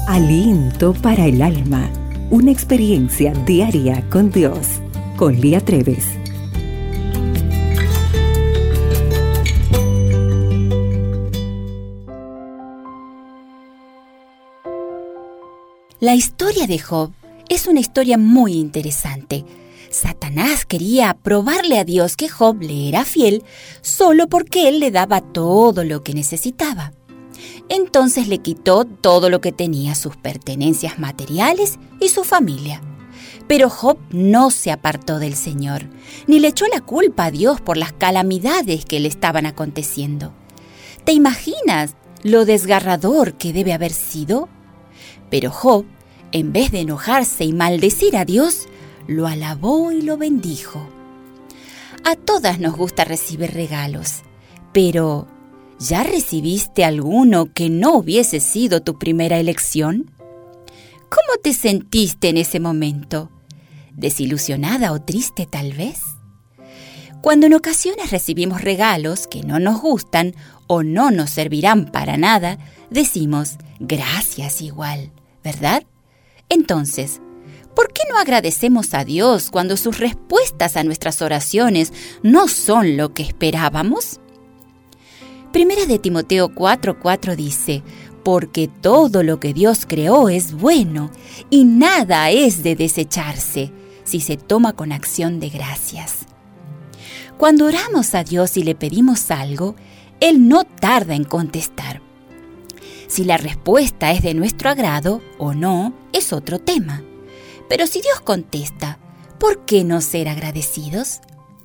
Aliento para el alma. Una experiencia diaria con Dios. Con Lía Treves. La historia de Job es una historia muy interesante. Satanás quería probarle a Dios que Job le era fiel solo porque él le daba todo lo que necesitaba. Entonces le quitó todo lo que tenía, sus pertenencias materiales y su familia. Pero Job no se apartó del Señor, ni le echó la culpa a Dios por las calamidades que le estaban aconteciendo. ¿Te imaginas lo desgarrador que debe haber sido? Pero Job, en vez de enojarse y maldecir a Dios, lo alabó y lo bendijo. A todas nos gusta recibir regalos, pero ¿ya recibiste alguno que no hubiese sido tu primera elección? ¿Cómo te sentiste en ese momento? ¿Desilusionada o triste tal vez? Cuando en ocasiones recibimos regalos que no nos gustan o no nos servirán para nada, decimos gracias igual, ¿verdad? Entonces, ¿por qué no agradecemos a Dios cuando sus respuestas a nuestras oraciones no son lo que esperábamos? Primera de Timoteo 4:4 dice: porque todo lo que Dios creó es bueno y nada es de desecharse si se toma con acción de gracias. Cuando oramos a Dios y le pedimos algo, Él no tarda en contestar. Si la respuesta es de nuestro agrado o no, es otro tema. Pero si Dios contesta, ¿por qué no ser agradecidos?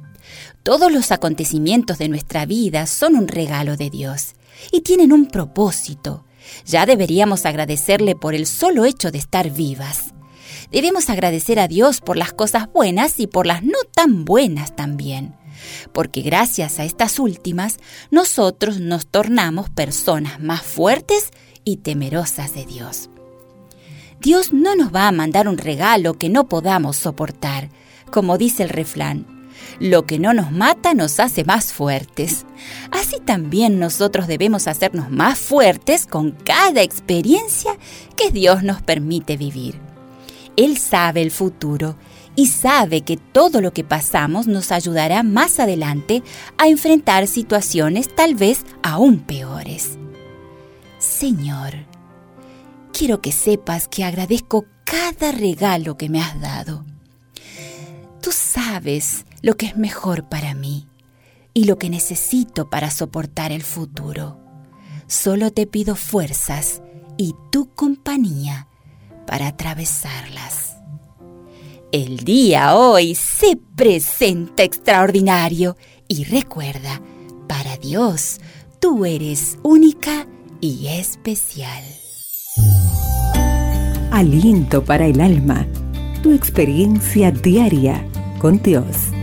Todos los acontecimientos de nuestra vida son un regalo de Dios y tienen un propósito. Ya deberíamos agradecerle por el solo hecho de estar vivas. Debemos agradecer a Dios por las cosas buenas y por las no tan buenas también, porque gracias a estas últimas, nosotros nos tornamos personas más fuertes y temerosas de Dios. Dios no nos va a mandar un regalo que no podamos soportar, como dice el refrán: lo que no nos mata nos hace más fuertes. Así también nosotros debemos hacernos más fuertes con cada experiencia que Dios nos permite vivir. Él sabe el futuro y sabe que todo lo que pasamos nos ayudará más adelante a enfrentar situaciones tal vez aún peores. Señor, quiero que sepas que agradezco cada regalo que me has dado. Tú sabes lo que es mejor para mí y lo que necesito para soportar el futuro. Solo te pido fuerzas y tu compañía para atravesarlas. El día hoy se presenta extraordinario y recuerda, para Dios, tú eres única y especial. Aliento para el alma. Tu experiencia diaria con Dios.